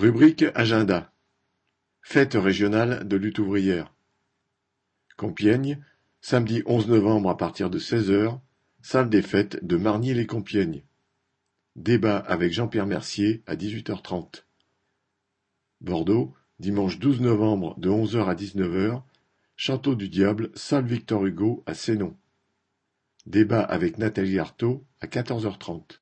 Rubrique agenda. Fête régionale de lutte ouvrière. Compiègne, samedi 11 novembre à partir de 16h, salle des fêtes de Margny-lès-Compiègnes. Débat avec Jean-Pierre Mercier à 18h30. Bordeaux, dimanche 12 novembre de 11h à 19h, Château du Diable, salle Victor Hugo à Sénon. Débat avec Nathalie Arthaud à 14h30.